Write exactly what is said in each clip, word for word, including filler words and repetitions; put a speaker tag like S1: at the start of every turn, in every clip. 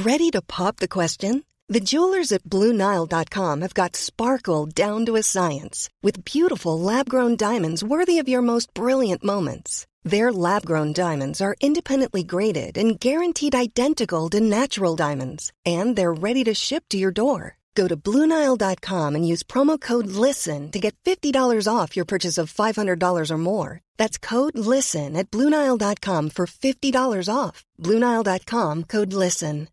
S1: Ready to pop the question? The jewelers at Blue Nile dot com have got sparkle down to a science with beautiful lab-grown diamonds worthy of your most brilliant moments. Their lab-grown diamonds are independently graded and guaranteed identical to natural diamonds, and they're ready to ship to your door. Go to Blue Nile dot com and use promo code LISTEN to get fifty dollars off your purchase of five hundred dollars or more. That's code LISTEN at Blue Nile dot com for fifty dollars off. Blue Nile dot com, code LISTEN.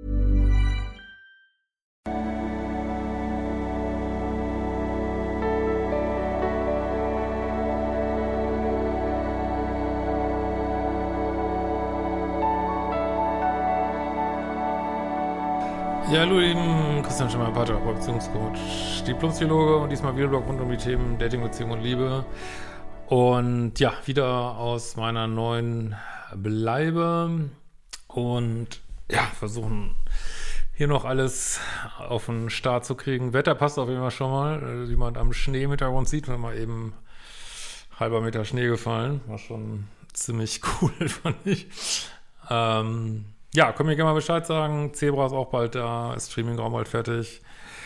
S2: Ja, hallo ihr Lieben, Christian Schimmer, Paartherapeut, Beziehungscoach, Diplompsychologe und diesmal wieder Blog rund um die Themen Dating, Beziehung und Liebe. Und ja, wieder aus meiner neuen Bleibe und ja, versuchen hier noch alles auf den Start zu kriegen. Wetter passt auf jeden Fall schon mal, wie man am Schnee im Hintergrund sieht, wenn mal eben halber Meter Schnee gefallen. War schon ziemlich cool, fand ich. Ähm... Ja, könnt mir gerne mal Bescheid sagen. Zebra ist auch bald da, ist Streamingraum bald fertig.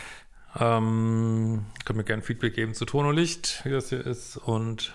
S2: Ähm, könnt mir gerne Feedback geben zu Ton und Licht, wie das hier ist. Und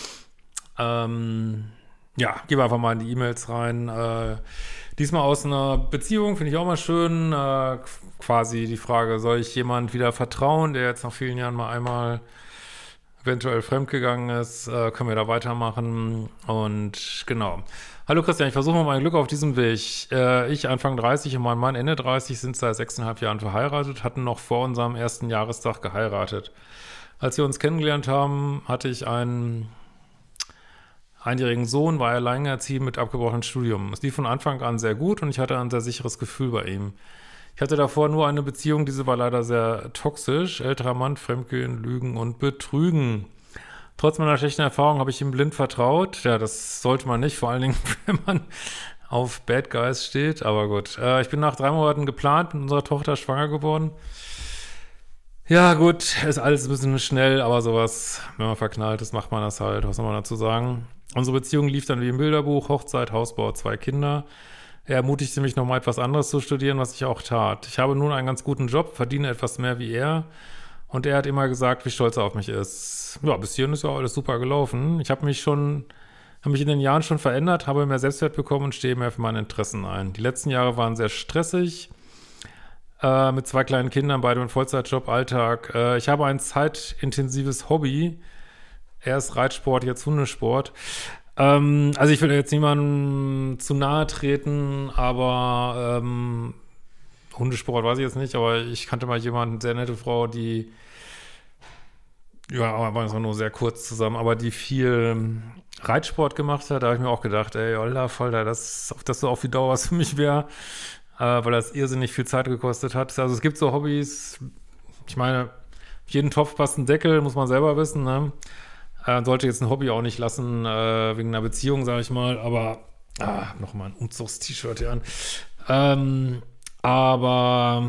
S2: ähm, ja, gehen wir einfach mal in die E-Mails rein. Äh, diesmal aus einer Beziehung, finde ich auch mal schön. Äh, quasi die Frage, soll ich jemand wieder vertrauen, der jetzt nach vielen Jahren mal einmal eventuell fremdgegangen ist? Äh, können wir da weitermachen? Und genau. Hallo Christian, ich versuche mal mein Glück auf diesem Weg. Äh, ich Anfang dreißig und mein Mann Ende dreißig sind seit sechseinhalb Jahren verheiratet, hatten noch vor unserem ersten Jahrestag geheiratet. Als wir uns kennengelernt haben, hatte ich einen einjährigen Sohn, war alleinerziehend mit abgebrochenem Studium. Es lief von Anfang an sehr gut und ich hatte ein sehr sicheres Gefühl bei ihm. Ich hatte davor nur eine Beziehung, diese war leider sehr toxisch. Älterer Mann, Fremdgehen, Lügen und Betrügen. Trotz meiner schlechten Erfahrung habe ich ihm blind vertraut. Ja, das sollte man nicht, vor allen Dingen, wenn man auf Bad Guys steht. Aber gut, äh, ich bin nach drei Monaten geplant mit unserer Tochter schwanger geworden. Ja gut, ist alles ein bisschen schnell, aber sowas, wenn man verknallt ist, macht man das halt. Was soll man dazu sagen? Unsere Beziehung lief dann wie im Bilderbuch, Hochzeit, Hausbau, zwei Kinder. Er ermutigte mich nochmal etwas anderes zu studieren, was ich auch tat. Ich habe nun einen ganz guten Job, verdiene etwas mehr wie er. Und er hat immer gesagt, wie stolz er auf mich ist. Ja, bis hierhin ist ja alles super gelaufen. Ich habe mich schon, habe mich in den Jahren schon verändert, habe mehr Selbstwert bekommen und stehe mehr für meine Interessen ein. Die letzten Jahre waren sehr stressig, äh, mit zwei kleinen Kindern, beide im Vollzeitjob, Alltag. Äh, ich habe ein zeitintensives Hobby. Erst Reitsport, jetzt Hundesport. Ähm, also ich will jetzt niemandem zu nahe treten, aber ähm, Hundesport weiß ich jetzt nicht, aber ich kannte mal jemanden, eine sehr nette Frau, die ja, aber waren nur sehr kurz zusammen, aber die viel Reitsport gemacht hat. Da habe ich mir auch gedacht, ey, Alter, Falter, das, ob das so auf die Dauer was für mich wäre, äh, weil das irrsinnig viel Zeit gekostet hat. Also es gibt so Hobbys, ich meine, auf jeden Topf passt ein Deckel, muss man selber wissen, ne? Äh, sollte jetzt ein Hobby auch nicht lassen, äh, wegen einer Beziehung, sage ich mal, aber ah, nochmal ein Umzugs-T-Shirt hier an. Ähm, aber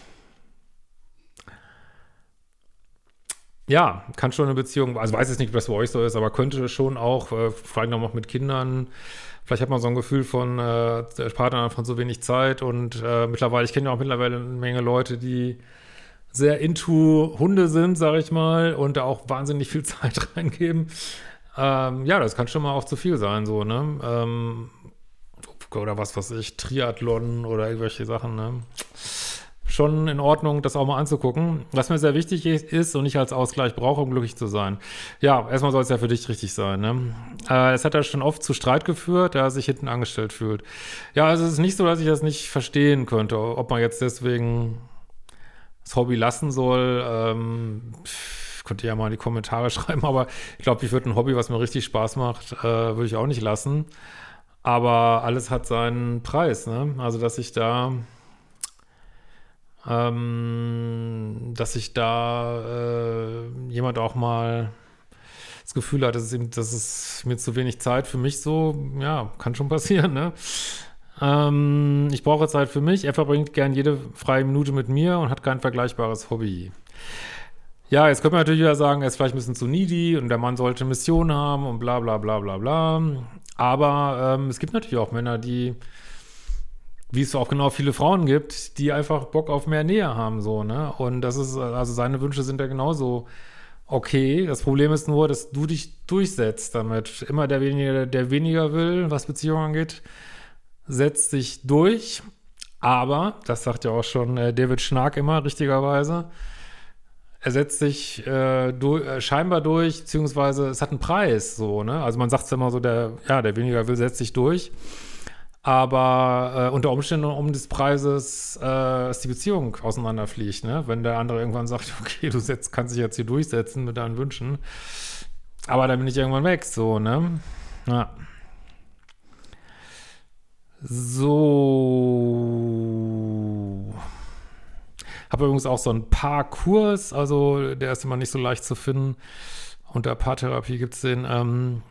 S2: ja, kann schon eine Beziehung, also weiß jetzt nicht, ob das bei euch so ist, aber könnte schon auch, äh, vor allem noch mit Kindern, vielleicht hat man so ein Gefühl von, äh, der Partner hat von so wenig Zeit und äh, mittlerweile, ich kenne ja auch mittlerweile eine Menge Leute, die sehr into Hunde sind, sage ich mal, und da auch wahnsinnig viel Zeit reingeben. Ähm, ja, das kann schon mal auch zu viel sein, so, ne? Ähm, oder was weiß ich, Triathlon oder irgendwelche Sachen, ne? Schon in Ordnung, das auch mal anzugucken. Was mir sehr wichtig ist und ich als Ausgleich brauche, um glücklich zu sein. Ja, erstmal soll es ja für dich richtig sein, ne? Äh, es hat ja schon oft zu Streit geführt, da er sich hinten angestellt fühlt. Ja, also es ist nicht so, dass ich das nicht verstehen könnte, ob man jetzt deswegen das Hobby lassen soll. Ähm, pff, könnt ihr ja mal in die Kommentare schreiben, aber ich glaube, ich würde ein Hobby, was mir richtig Spaß macht, äh, würde ich auch nicht lassen. Aber alles hat seinen Preis, ne? Also, dass ich da ähm, dass ich da äh, jemand auch mal das Gefühl hat, dass es, ihm, dass es mir zu wenig Zeit für mich so, ja, kann schon passieren, ne? Ähm, ich brauche Zeit für mich. Er verbringt gern jede freie Minute mit mir und hat kein vergleichbares Hobby. Ja, jetzt könnte man natürlich wieder sagen, er ist vielleicht ein bisschen zu needy und der Mann sollte Mission haben und bla bla bla bla bla. Aber ähm, es gibt natürlich auch Männer, die wie es auch genau viele Frauen gibt, die einfach Bock auf mehr Nähe haben, so, ne? Und das ist, also seine Wünsche sind ja genauso okay. Das Problem ist nur, dass du dich durchsetzt damit. Immer der weniger, der weniger will, was Beziehungen angeht, setzt sich durch. Aber, das sagt ja auch schon äh, David Schnark immer, richtigerweise, er setzt sich äh, durch, äh, scheinbar durch, beziehungsweise es hat einen Preis, so, ne? Also man sagt es immer so, der, ja, der weniger will, setzt sich durch. Aber äh, unter Umständen um des Preises, äh, dass die Beziehung auseinanderfliegt, ne? Wenn der andere irgendwann sagt, okay, du setzt, kannst dich jetzt hier durchsetzen mit deinen Wünschen, aber dann bin ich irgendwann weg, so, ne? Ja. So. Habe übrigens auch so einen Paarkurs, also der ist immer nicht so leicht zu finden. Unter Paartherapie gibt es den, ähm,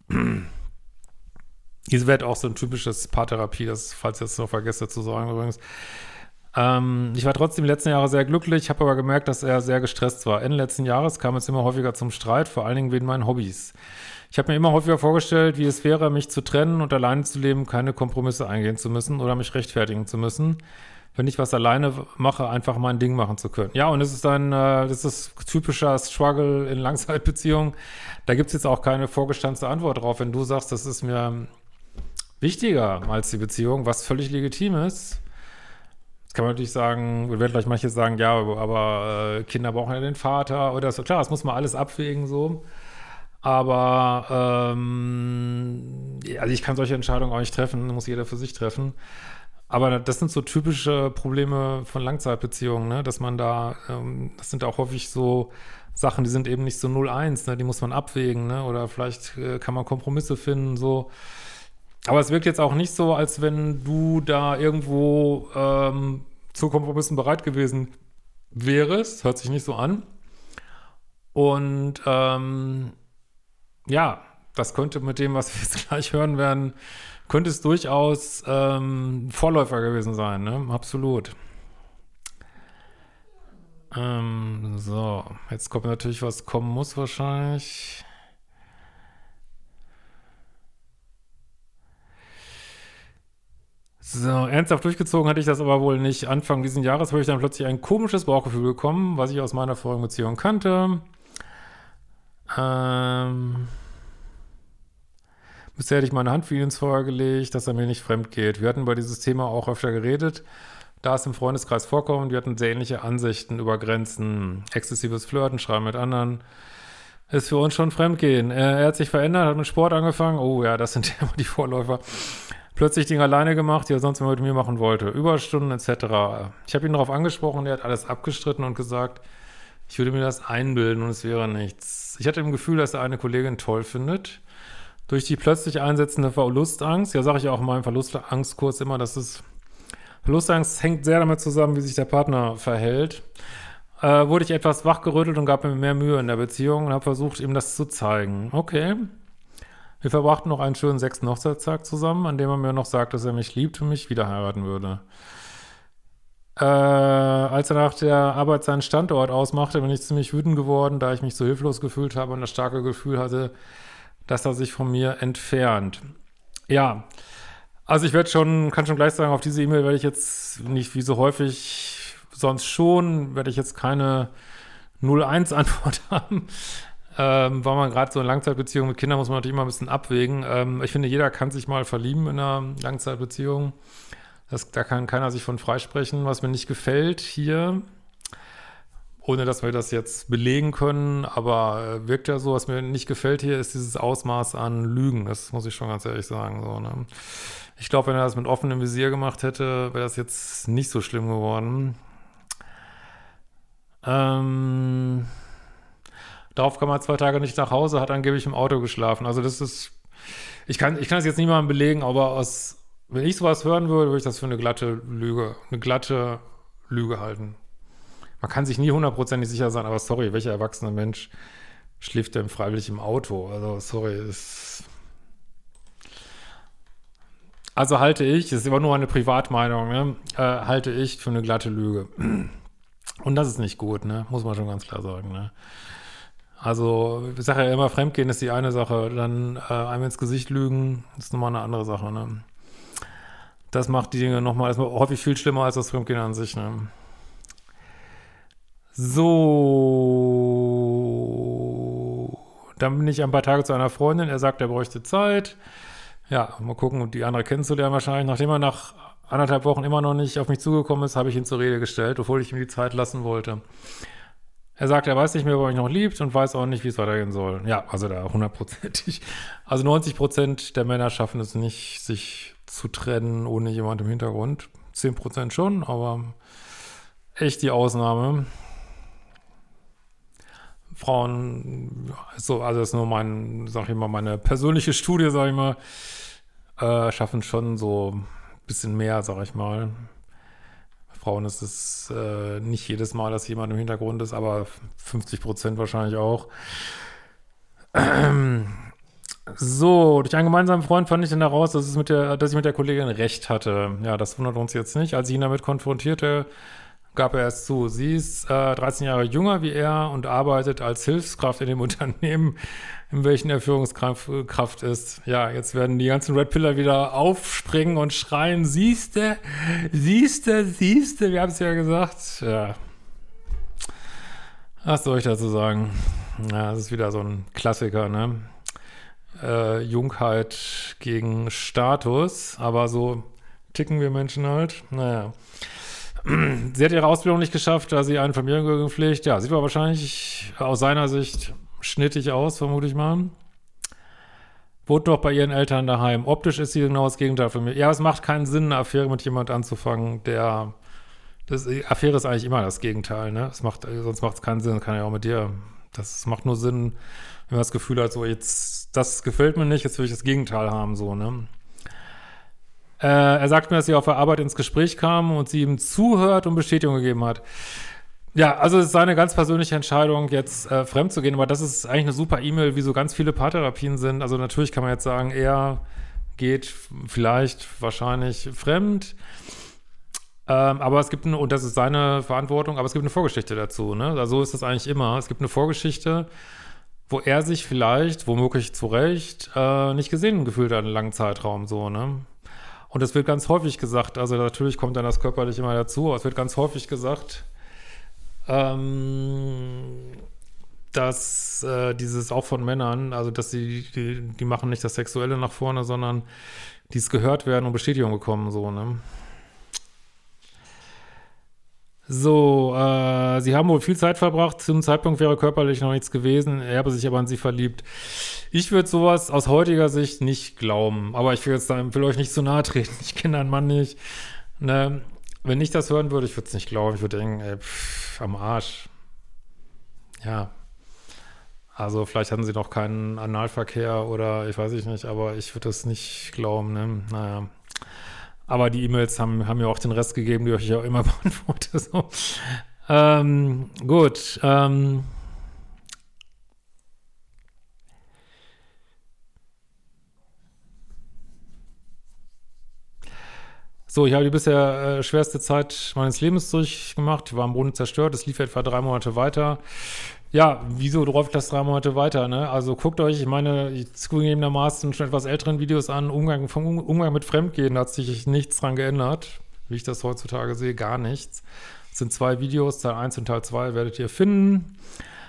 S2: Diese wird auch so ein typisches Paartherapie, das, falls ich das noch vergesse zu sagen übrigens. Ähm, ich war trotzdem die letzten Jahre sehr glücklich, habe aber gemerkt, dass er sehr gestresst war. Ende letzten Jahres kam es immer häufiger zum Streit, vor allen Dingen wegen meinen Hobbys. Ich habe mir immer häufiger vorgestellt, wie es wäre, mich zu trennen und alleine zu leben, keine Kompromisse eingehen zu müssen oder mich rechtfertigen zu müssen. Wenn ich was alleine mache, einfach mein Ding machen zu können. Ja, und das ist ein, äh, das ist typischer Struggle in Langzeitbeziehungen. Da gibt es jetzt auch keine vorgestanzte Antwort drauf. Wenn du sagst, das ist mir wichtiger als die Beziehung, was völlig legitim ist. Jetzt kann man natürlich sagen, wir werden gleich manche sagen, ja, aber äh, Kinder brauchen ja den Vater oder so. Klar, das muss man alles abwägen so. Aber ähm, also ich kann solche Entscheidungen auch nicht treffen, muss jeder für sich treffen. Aber das sind so typische Probleme von Langzeitbeziehungen, ne? Dass man da, ähm, das sind auch häufig so Sachen, die sind eben nicht so null eins, ne? Die muss man abwägen, ne? Oder vielleicht äh, kann man Kompromisse finden, so. Aber es wirkt jetzt auch nicht so, als wenn du da irgendwo ähm, zu Kompromissen bereit gewesen wärst. Hört sich nicht so an. Und ähm, ja, das könnte mit dem, was wir jetzt gleich hören werden, könnte es durchaus ähm, Vorläufer gewesen sein, ne? Absolut. Ähm, so, jetzt kommt natürlich, was kommen muss wahrscheinlich. So, ernsthaft durchgezogen hatte ich das aber wohl nicht. Anfang dieses Jahres habe ich dann plötzlich ein komisches Bauchgefühl bekommen, was ich aus meiner vorigen Beziehung kannte. Ähm... Bisher hätte ich meine Hand für ihn ins Feuer gelegt, dass er mir nicht fremd geht. Wir hatten über dieses Thema auch öfter geredet, da es im Freundeskreis vorkommt. Wir hatten sehr ähnliche Ansichten über Grenzen. Exzessives Flirten, Schreiben mit anderen ist für uns schon Fremdgehen. Er, er hat sich verändert, hat mit Sport angefangen. Oh ja, das sind immer die Vorläufer. Plötzlich Dinge alleine gemacht, die er sonst immer mit mir machen wollte. Überstunden et cetera. Ich habe ihn darauf angesprochen, er hat alles abgestritten und gesagt, ich würde mir das einbilden und es wäre nichts. Ich hatte im Gefühl, dass er eine Kollegin toll findet. Durch die plötzlich einsetzende Verlustangst, ja, sage ich auch in meinem Verlustangstkurs immer, dass es Verlustangst hängt sehr damit zusammen, wie sich der Partner verhält, äh, wurde ich etwas wachgerüttelt und gab mir mehr Mühe in der Beziehung und habe versucht, ihm das zu zeigen. Okay. Wir verbrachten noch einen schönen sechsten Hochzeitstag zusammen, an dem er mir noch sagt, dass er mich liebt und mich wieder heiraten würde. Äh, als er nach der Arbeit seinen Standort ausmachte, bin ich ziemlich wütend geworden, da ich mich so hilflos gefühlt habe und das starke Gefühl hatte, dass er sich von mir entfernt. Ja, also ich werde schon, kann schon gleich sagen, auf diese E-Mail werde ich jetzt nicht wie so häufig sonst schon, werde ich jetzt keine null eins Antwort haben, ähm, weil man gerade so in Langzeitbeziehungen mit Kindern muss man natürlich immer ein bisschen abwägen. Ähm, ich finde, jeder kann sich mal verlieben in einer Langzeitbeziehung. Das, da kann keiner sich von freisprechen. Was mir nicht gefällt hier, ohne dass wir das jetzt belegen können, aber äh, wirkt ja so, was mir nicht gefällt hier, ist dieses Ausmaß an Lügen. Das muss ich schon ganz ehrlich sagen. So, ne? Ich glaube, wenn er das mit offenem Visier gemacht hätte, wäre das jetzt nicht so schlimm geworden. Ähm, darauf kam er zwei Tage nicht nach Hause, hat angeblich im Auto geschlafen. Also das ist, ich kann, ich kann das jetzt niemandem belegen, aber aus, wenn ich sowas hören würde, würde ich das für eine glatte Lüge, eine glatte Lüge halten. Man kann sich nie hundertprozentig sicher sein, aber sorry, welcher erwachsene Mensch schläft denn freiwillig im Auto? Also sorry, ist also halte ich, das ist immer nur eine Privatmeinung, ne? äh, halte ich für eine glatte Lüge. Und das ist nicht gut, ne? Muss man schon ganz klar sagen, ne? Also, ich sage ja immer, Fremdgehen ist die eine Sache, dann äh, einem ins Gesicht lügen, ist nochmal eine andere Sache, ne? Das macht die Dinge nochmal, das macht häufig viel schlimmer als das Fremdgehen an sich, ne? So, dann bin ich ein paar Tage zu einer Freundin. Er sagt, er bräuchte Zeit. Ja, mal gucken, um die andere kennenzulernen wahrscheinlich. Nachdem er nach anderthalb Wochen immer noch nicht auf mich zugekommen ist, habe ich ihn zur Rede gestellt, obwohl ich ihm die Zeit lassen wollte. Er sagt, er weiß nicht mehr, ob er mich noch liebt und weiß auch nicht, wie es weitergehen soll. Ja, also da hundertprozentig. Also neunzig Prozent der Männer schaffen es nicht, sich zu trennen ohne jemand im Hintergrund. zehn Prozent schon, aber echt die Ausnahme. Frauen, so, also das ist nur mein, sag ich mal, meine persönliche Studie, sag ich mal, äh, schaffen schon so ein bisschen mehr, sag ich mal. Frauen ist es äh, nicht jedes Mal, dass jemand im Hintergrund ist, aber fünfzig Prozent wahrscheinlich auch. Ähm, so, durch einen gemeinsamen Freund fand ich dann heraus, dass, es mit der, dass ich mit der Kollegin recht hatte. Ja, das wundert uns jetzt nicht. Als ich ihn damit konfrontierte, gab er es zu. Sie ist äh, dreizehn Jahre jünger wie er und arbeitet als Hilfskraft in dem Unternehmen, in welchem er Führungskraft Kraft ist. Ja, jetzt werden die ganzen Red Pillar wieder aufspringen und schreien, siehste, siehste, siehste, wir haben es ja gesagt. Ja. Was soll ich dazu sagen? Ja, das ist wieder so ein Klassiker, ne? Äh, Jungheit gegen Status, aber so ticken wir Menschen halt. Naja. Sie hat ihre Ausbildung nicht geschafft, da sie einen Familienangehörigen pflegt. Ja, sieht aber wahrscheinlich aus seiner Sicht schnittig aus, vermute ich mal. Wohnt doch bei ihren Eltern daheim. Optisch ist sie genau das Gegenteil von mir. Ja, es macht keinen Sinn, eine Affäre mit jemand anzufangen, der das, die Affäre ist eigentlich immer das Gegenteil, ne? Es macht, sonst macht es keinen Sinn, das kann ja auch mit dir. Das macht nur Sinn, wenn man das Gefühl hat, so jetzt, das gefällt mir nicht, jetzt will ich das Gegenteil haben, so, ne? Äh, er sagt mir, dass sie auf der Arbeit ins Gespräch kam und sie ihm zuhört und Bestätigung gegeben hat. Ja, also es ist seine ganz persönliche Entscheidung, jetzt äh, fremd zu gehen, aber das ist eigentlich eine super E-Mail, wie so ganz viele Paartherapien sind. Also natürlich kann man jetzt sagen, er geht vielleicht, wahrscheinlich fremd, ähm, aber es gibt, eine, und das ist seine Verantwortung, aber es gibt eine Vorgeschichte dazu, ne? Also so ist das eigentlich immer. Es gibt eine Vorgeschichte, wo er sich vielleicht, womöglich zu Recht, äh, nicht gesehen gefühlt hat, einen langen Zeitraum, so, ne? Und es wird ganz häufig gesagt, also natürlich kommt dann das Körperliche immer dazu, aber es wird ganz häufig gesagt, ähm, dass äh, dieses auch von Männern, also dass sie, die, die machen nicht das Sexuelle nach vorne, sondern dieses gehört werden und Bestätigung bekommen, so, ne? So, äh, sie haben wohl viel Zeit verbracht, zum Zeitpunkt wäre körperlich noch nichts gewesen, er habe sich aber an sie verliebt. Ich würde sowas aus heutiger Sicht nicht glauben, aber ich will jetzt da, will euch nicht zu nahe treten, ich kenne einen Mann nicht, ne? Wenn ich das hören würde, ich würde es nicht glauben, ich würde denken, ey, pff, am Arsch. Ja, also vielleicht hatten sie noch keinen Analverkehr oder ich weiß ich nicht, aber ich würde das nicht glauben, ne? Naja. Aber die E-Mails haben, haben mir auch den Rest gegeben, die ich auch immer beantworte. So. Ähm, gut. Ähm. So, ich habe die bisher äh, schwerste Zeit meines Lebens durchgemacht. Ich war am Boden zerstört. Es lief etwa drei Monate weiter. Ja, wieso läuft das drei Monate weiter, ne? Also guckt euch, ich meine, ich zugegebenermaßen schon etwas älteren Videos an, Umgang, vom Umgang mit Fremdgehen, da hat sich nichts dran geändert, wie ich das heutzutage sehe, gar nichts. Es sind zwei Videos, Teil eins und Teil zwei werdet ihr finden.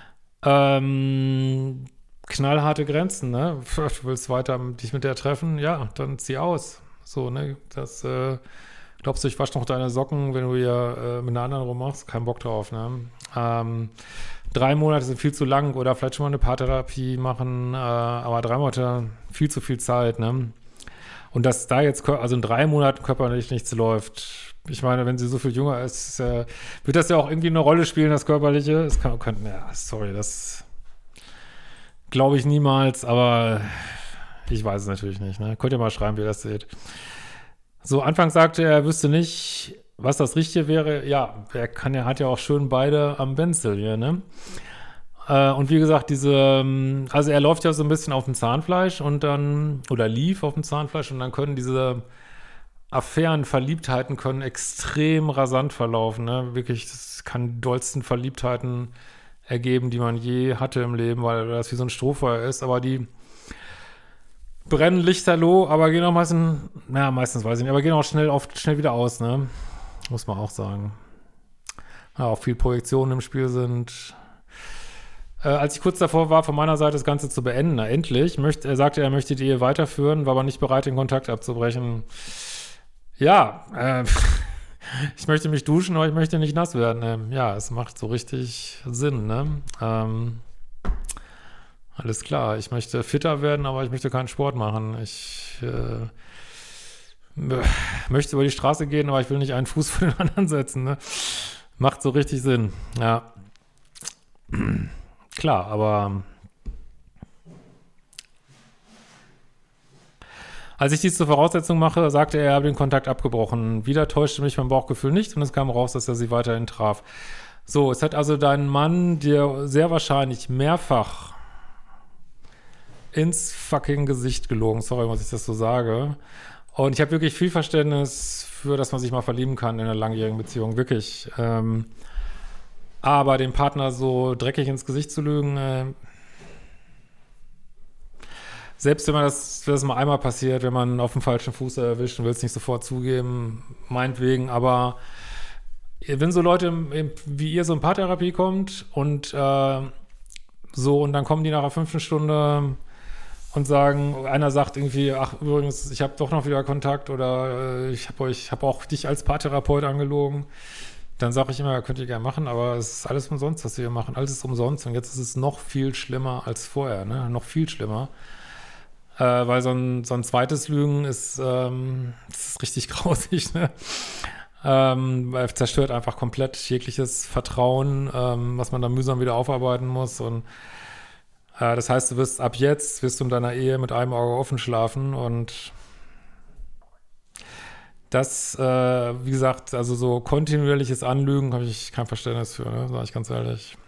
S2: Ähm, knallharte Grenzen, ne? Du willst weiter dich mit der treffen, ja, dann zieh aus. So, ne? Das, äh, glaubst du, ich wasche noch deine Socken, wenn du hier äh, mit einer anderen rummachst? Kein Bock drauf, ne? Ähm, Drei Monate sind viel zu lang oder vielleicht schon mal eine Paartherapie machen, äh, aber drei Monate viel zu viel Zeit, ne? Und dass da jetzt, also in drei Monaten körperlich nichts läuft, ich meine, wenn sie so viel jünger ist, äh, wird das ja auch irgendwie eine Rolle spielen, das Körperliche. Es kann, kann, ja, sorry, das glaube ich niemals, aber ich weiß es natürlich nicht, ne? Könnt ihr mal schreiben, wie ihr das seht. So, anfangs sagte er, er wüsste nicht, was das Richtige wäre. Ja, er kann ja, hat ja auch schön beide am Benzel hier, ne? Äh, und wie gesagt, diese, also er läuft ja so ein bisschen auf dem Zahnfleisch und dann, oder lief auf dem Zahnfleisch und dann können diese Affären, Verliebtheiten können extrem rasant verlaufen, ne? Wirklich, das kann die dollsten Verliebtheiten ergeben, die man je hatte im Leben, weil das wie so ein Strohfeuer ist, aber die brennen lichterloh, aber gehen auch meistens, naja, meistens weiß ich nicht, aber gehen auch schnell oft schnell wieder aus, ne? Muss man auch sagen. Ja, auch viel Projektionen im Spiel sind. Äh, als ich kurz davor war, von meiner Seite das Ganze zu beenden, na, endlich, möchte, er sagte, er möchte die Ehe weiterführen, war aber nicht bereit, den Kontakt abzubrechen. Ja, äh, ich möchte mich duschen, aber ich möchte nicht nass werden. Ähm, ja, es macht so richtig Sinn, ne? Ähm, alles klar, ich möchte fitter werden, aber ich möchte keinen Sport machen. Ich äh, möchte über die Straße gehen, aber ich will nicht einen Fuß vor den anderen setzen, ne? Macht so richtig Sinn, ja. Klar, aber als ich dies zur Voraussetzung mache, sagte er, er habe den Kontakt abgebrochen. Wieder täuschte mich mein Bauchgefühl nicht und es kam raus, dass er sie weiterhin traf. So, es hat also dein Mann dir sehr wahrscheinlich mehrfach ins fucking Gesicht gelogen. Sorry, was ich das so sage. Und ich habe wirklich viel Verständnis für, dass man sich mal verlieben kann in einer langjährigen Beziehung. Wirklich. Ähm, aber dem Partner so dreckig ins Gesicht zu lügen, äh, selbst wenn man das, wenn das mal einmal passiert, wenn man auf dem falschen Fuß erwischt und will es nicht sofort zugeben, meinetwegen, aber wenn so Leute wie ihr so in Paartherapie kommt und äh, so, und dann kommen die nach einer fünften Stunde und sagen, einer sagt irgendwie, ach übrigens, ich habe doch noch wieder Kontakt oder äh, ich habe euch, habe auch dich als Paartherapeut angelogen, dann sage ich immer, ja, könnt ihr gerne machen, aber es ist alles umsonst, was wir hier machen, alles ist umsonst und jetzt ist es noch viel schlimmer als vorher, ne? Noch viel schlimmer. Äh, weil so ein, so ein zweites Lügen ist, ähm, das ist richtig grausig, ne? Ähm, weil zerstört einfach komplett jegliches Vertrauen, ähm, was man dann mühsam wieder aufarbeiten muss. Und äh, das heißt, du wirst ab jetzt, wirst du in deiner Ehe mit einem Auge offen schlafen und das, äh, wie gesagt, also so kontinuierliches Anlügen habe ich kein Verständnis für, ne? Sag ich ganz ehrlich.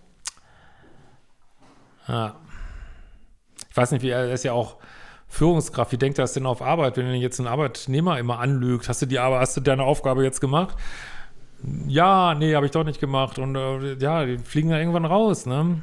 S2: Ja. Ich weiß nicht, wie er, er ist ja auch Führungskraft. Wie denkt er das denn auf Arbeit, wenn er jetzt einen Arbeitnehmer immer anlügt? Hast du die aber, hast du deine Aufgabe jetzt gemacht? Ja, nee, habe ich doch nicht gemacht. Und äh, ja, die fliegen ja irgendwann raus, ne?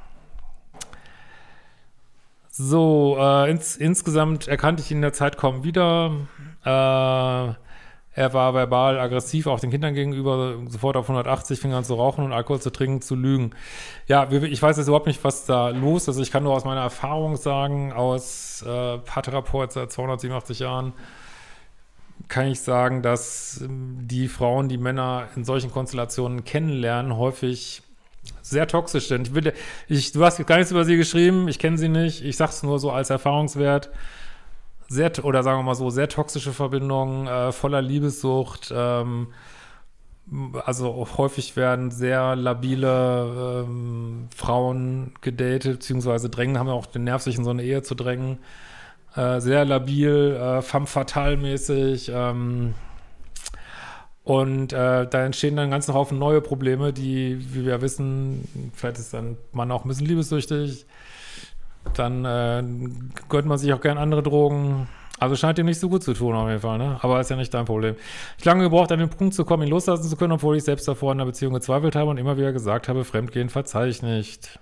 S2: So, äh, ins, insgesamt erkannte ich ihn in der Zeit kaum wieder. Äh, er war verbal aggressiv, auch den Kindern gegenüber, sofort auf hundertachtzig, fing an zu rauchen und Alkohol zu trinken, zu lügen. Ja, ich weiß jetzt überhaupt nicht, was da los ist. Also ich kann nur aus meiner Erfahrung sagen, aus äh, Paartherapeut seit zweihundertsiebenundachtzig Jahren, kann ich sagen, dass die Frauen, die Männer in solchen Konstellationen kennenlernen, häufig sehr toxisch sind. Ich will, ich, du hast gar nichts über sie geschrieben, ich kenne sie nicht, ich sag's nur so als Erfahrungswert. Sehr, oder sagen wir mal so, sehr toxische Verbindungen, äh, voller Liebessucht, ähm, also häufig werden sehr labile ähm, Frauen gedatet, beziehungsweise drängen, haben ja auch den Nerv, sich in so eine Ehe zu drängen, äh, sehr labil, äh, femme fatale mäßig, ähm, und äh, da entstehen dann einen ganzen Haufen neue Probleme, die, wie wir wissen, vielleicht ist dann Mann auch ein bisschen liebessüchtig, dann äh, gönnt man sich auch gern andere Drogen. Also scheint ihm nicht so gut zu tun auf jeden Fall, ne? Aber ist ja nicht dein Problem. Ich habe lange gebraucht, an den Punkt zu kommen, ihn loslassen zu können, obwohl ich selbst davor in der Beziehung gezweifelt habe und immer wieder gesagt habe, Fremdgehen verzeih ich nicht.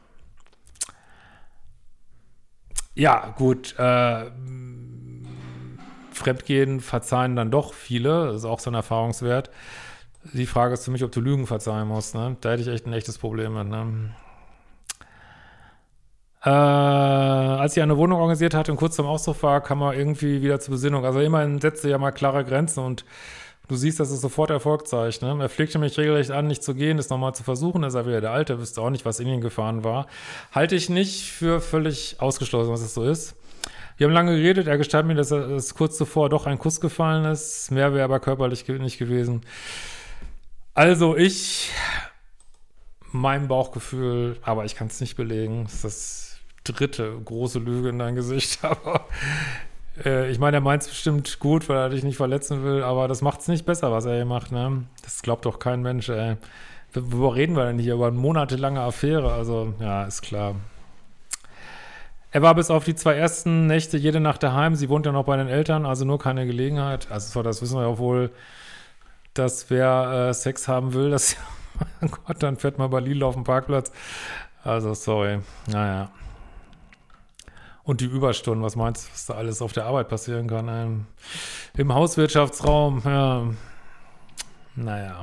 S2: Ja, gut, äh, Fremdgehen verzeihen dann doch viele, das ist auch so ein Erfahrungswert. Die Frage ist für mich, ob du Lügen verzeihen musst, ne? Da hätte ich echt ein echtes Problem mit, ne? Äh, als ich eine Wohnung organisiert hatte und kurz zum Auszug war, kam er irgendwie wieder zur Besinnung. Also immerhin setzte er ja mal klare Grenzen und du siehst, dass es sofort Erfolg zeigt, ne? Er pflegte mich regelrecht an, nicht zu gehen, das nochmal zu versuchen. Er sei wieder der Alte, wüsste auch nicht, was in ihn gefahren war. Halte ich nicht für völlig ausgeschlossen, was es so ist. Wir haben lange geredet, er gestand mir, dass er, es kurz zuvor doch ein Kuss gefallen ist. Mehr wäre aber körperlich nicht gewesen. Also ich, mein Bauchgefühl, aber ich kann es nicht belegen, das ist das dritte große Lüge in dein Gesicht, aber äh, ich meine, er meint es bestimmt gut, weil er dich nicht verletzen will, aber das macht es nicht besser, was er hier macht, ne? Das glaubt doch kein Mensch, ey. Worüber reden wir denn hier? Über eine monatelange Affäre, also, ja, ist klar. Er war bis auf die zwei ersten Nächte jede Nacht daheim, sie wohnt ja noch bei den Eltern, also nur keine Gelegenheit. Also das wissen wir ja wohl, dass wer äh, Sex haben will, das, oh Gott, dann fährt man bei Lidl auf dem Parkplatz. Also, sorry, naja. Und die Überstunden, was meinst du, was da alles auf der Arbeit passieren kann? Ähm, Im Hauswirtschaftsraum, ja, naja.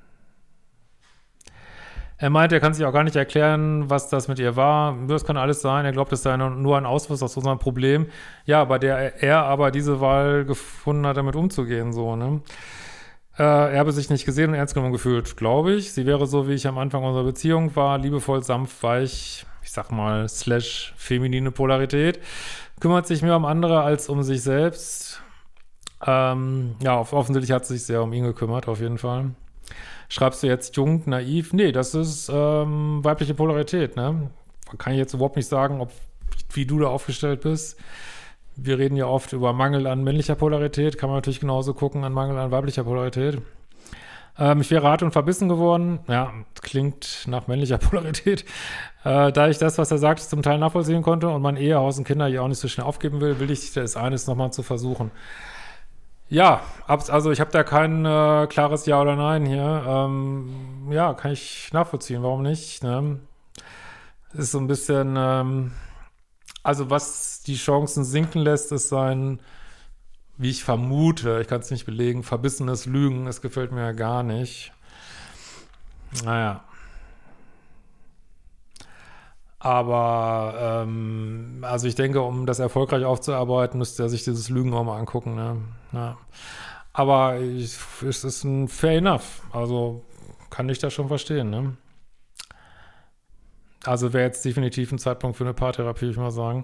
S2: Er meint, er kann sich auch gar nicht erklären, was das mit ihr war. Das kann alles sein. Er glaubt, es sei nur ein Ausfluss aus unserem Problem. Ja, bei der er aber diese Wahl gefunden hat, damit umzugehen, so, ne? Äh, er habe sich nicht gesehen und ernst genommen gefühlt, glaube ich. Sie wäre so, wie ich am Anfang unserer Beziehung war, liebevoll, sanft, weich, ich sag mal, slash feminine Polarität. Kümmert sich mehr um andere als um sich selbst. Ähm, ja, offensichtlich hat sie sich sehr um ihn gekümmert, auf jeden Fall. Schreibst du jetzt jung, naiv? Nee, das ist ähm, weibliche Polarität, ne? Kann ich jetzt überhaupt nicht sagen, ob, wie du da aufgestellt bist. Wir reden ja oft über Mangel an männlicher Polarität, kann man natürlich genauso gucken an Mangel an weiblicher Polarität. Ähm, ich wäre hart und verbissen geworden. Ja, klingt nach männlicher Polarität. Äh, da ich das, was er sagt, zum Teil nachvollziehen konnte und mein Ehehaus und Kinder hier auch nicht so schnell aufgeben will, will ich das eines nochmal zu versuchen. Ja, also ich habe da kein äh, klares Ja oder Nein hier. Ähm, ja, kann ich nachvollziehen, warum nicht? Ne? Ist so ein bisschen, ähm, also was die Chancen sinken lässt, ist sein, wie ich vermute, ich kann es nicht belegen, verbissenes Lügen. Das gefällt mir ja gar nicht. Naja. Aber, ähm, also ich denke, um das erfolgreich aufzuarbeiten, müsste er sich dieses Lügen auch mal angucken, ne? Ja. Aber ich, es ist ein fair enough. Also kann ich das schon verstehen, ne? Also wäre jetzt definitiv ein Zeitpunkt für eine Paartherapie, würde ich mal sagen.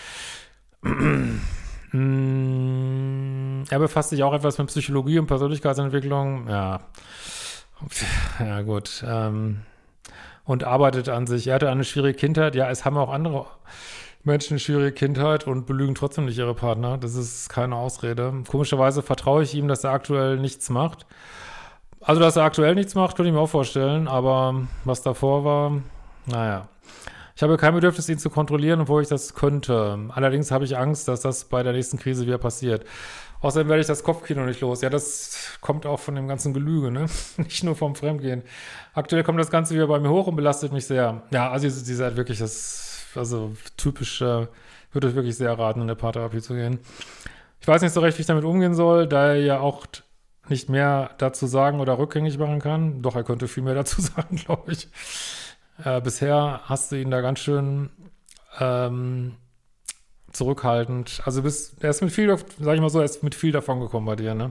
S2: Er befasst sich auch etwas mit Psychologie und Persönlichkeitsentwicklung. Ja, ja gut. Ähm, und arbeitet an sich. Er hatte eine schwierige Kindheit. Ja, es haben auch andere Menschen eine schwierige Kindheit und belügen trotzdem nicht ihre Partner. Das ist keine Ausrede. Komischerweise vertraue ich ihm, dass er aktuell nichts macht. Also, dass er aktuell nichts macht, könnte ich mir auch vorstellen. Aber was davor war, naja. Ich habe kein Bedürfnis, ihn zu kontrollieren, obwohl ich das könnte. Allerdings habe ich Angst, dass das bei der nächsten Krise wieder passiert. Außerdem werde ich das Kopfkino nicht los. Ja, das kommt auch von dem ganzen Gelüge, ne? Nicht nur vom Fremdgehen. Aktuell kommt das Ganze wieder bei mir hoch und belastet mich sehr. Ja, also sie seid wirklich das, also typisch, äh, würde ich wirklich sehr raten, in eine Paartherapie zu gehen. Ich weiß nicht so recht, wie ich damit umgehen soll, da er ja auch nicht mehr dazu sagen oder rückgängig machen kann. Doch, er könnte viel mehr dazu sagen, glaube ich. Äh, bisher hast du ihn da ganz schön ähm, zurückhaltend. Also bist, er ist mit viel, sag ich mal so, er ist mit viel davon gekommen bei dir, ne?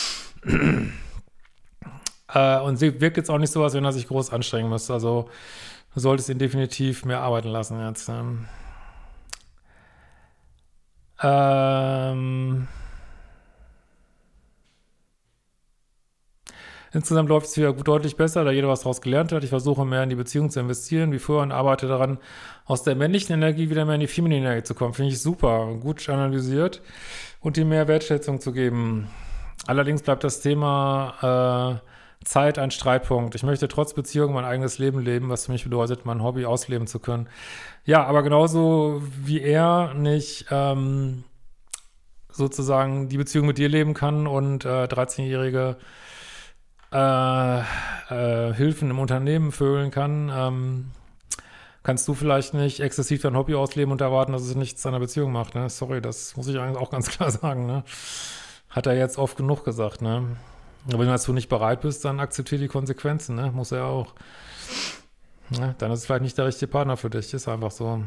S2: äh, und sie wirkt jetzt auch nicht so, als wenn er sich groß anstrengen müsste. Also du solltest ihn definitiv mehr arbeiten lassen jetzt. Ne? Ähm... Insgesamt läuft es wieder deutlich besser, da jeder was daraus gelernt hat. Ich versuche mehr in die Beziehung zu investieren, wie früher, und arbeite daran, aus der männlichen Energie wieder mehr in die feminine Energie zu kommen. Finde ich super, gut analysiert und ihm mehr Wertschätzung zu geben. Allerdings bleibt das Thema äh, Zeit ein Streitpunkt. Ich möchte trotz Beziehung mein eigenes Leben leben, was für mich bedeutet, mein Hobby ausleben zu können. Ja, aber genauso wie er nicht ähm, sozusagen die Beziehung mit dir leben kann und äh, dreizehnjährige Äh, äh, Hilfen im Unternehmen füllen kann, ähm, kannst du vielleicht nicht exzessiv dein Hobby ausleben und erwarten, dass es nichts deiner Beziehung macht, ne? Sorry, das muss ich eigentlich auch ganz klar sagen, ne? Hat er jetzt oft genug gesagt, ne? Aber wenn du dazu nicht bereit bist, dann akzeptiere die Konsequenzen, ne? Muss er auch. Ne? Dann ist es vielleicht nicht der richtige Partner für dich, ist einfach so.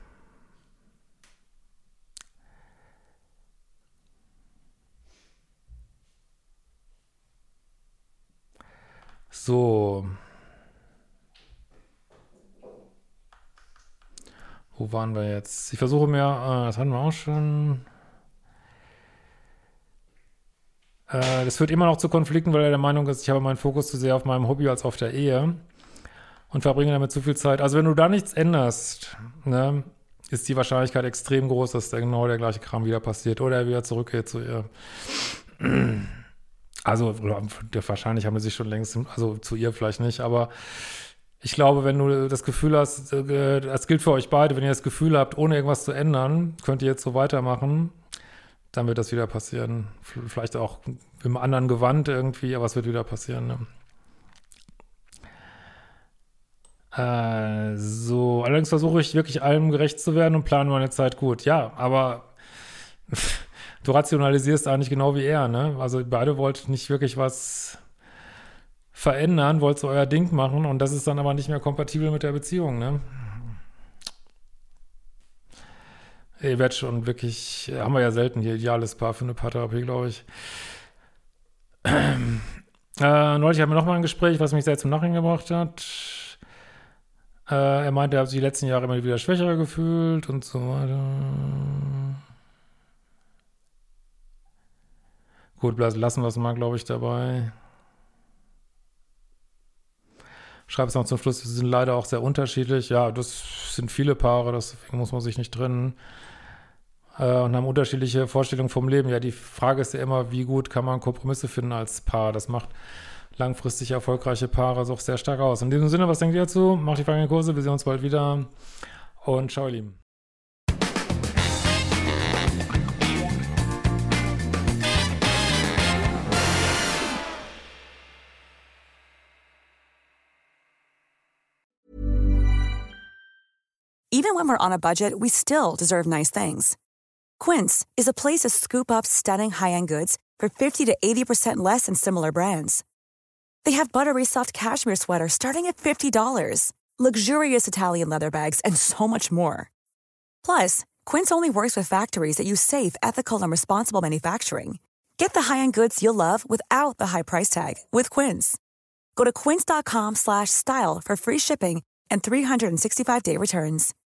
S2: So. Wo waren wir jetzt? Ich versuche mir, äh, das hatten wir auch schon. Äh, das führt immer noch zu Konflikten, weil er der Meinung ist, ich habe meinen Fokus zu sehr auf meinem Hobby als auf der Ehe und verbringe damit zu viel Zeit. Also wenn du da nichts änderst, ne, ist die Wahrscheinlichkeit extrem groß, dass da genau der gleiche Kram wieder passiert oder er wieder zurückgeht zu ihr. Also, wahrscheinlich haben wir sich schon längst, also zu ihr vielleicht nicht, aber ich glaube, wenn du das Gefühl hast, das gilt für euch beide, wenn ihr das Gefühl habt, ohne irgendwas zu ändern, könnt ihr jetzt so weitermachen, dann wird das wieder passieren. Vielleicht auch im anderen Gewand irgendwie, aber es wird wieder passieren. Ne? Äh, so, allerdings versuche ich wirklich allem gerecht zu werden und plane meine Zeit gut. Ja, aber du rationalisierst eigentlich genau wie er, ne? Also beide wollten nicht wirklich was verändern, wollt ihr euer Ding machen und das ist dann aber nicht mehr kompatibel mit der Beziehung, ne? Ihr werdet schon wirklich, haben wir ja selten hier ideales Paar für eine Paartherapie, glaube ich. Äh, neulich hatten wir nochmal ein Gespräch, was mich sehr zum Lachen gebracht hat. Äh, er meinte, er hat sich die letzten Jahre immer wieder schwächer gefühlt und so weiter. Gut, lassen wir es mal, glaube ich, dabei. Schreibe es noch zum Schluss, sie sind leider auch sehr unterschiedlich. Ja, das sind viele Paare, deswegen muss man sich nicht trennen. Äh, und haben unterschiedliche Vorstellungen vom Leben. Ja, die Frage ist ja immer, wie gut kann man Kompromisse finden als Paar? Das macht langfristig erfolgreiche Paare so auch sehr stark aus. In diesem Sinne, was denkt ihr dazu? Macht die folgenden Kurse, wir sehen uns bald wieder. Und ciao, ihr Lieben.
S3: Even when we're on a budget, we still deserve nice things. Quince is a place to scoop up stunning high-end goods for fifty to eighty percent less than similar brands. They have buttery soft cashmere sweaters starting at fifty dollars, luxurious Italian leather bags, and so much more. Plus, Quince only works with factories that use safe, ethical, and responsible manufacturing. Get the high-end goods you'll love without the high price tag with Quince. Go to quince.com slash style for free shipping and three sixty-five day returns.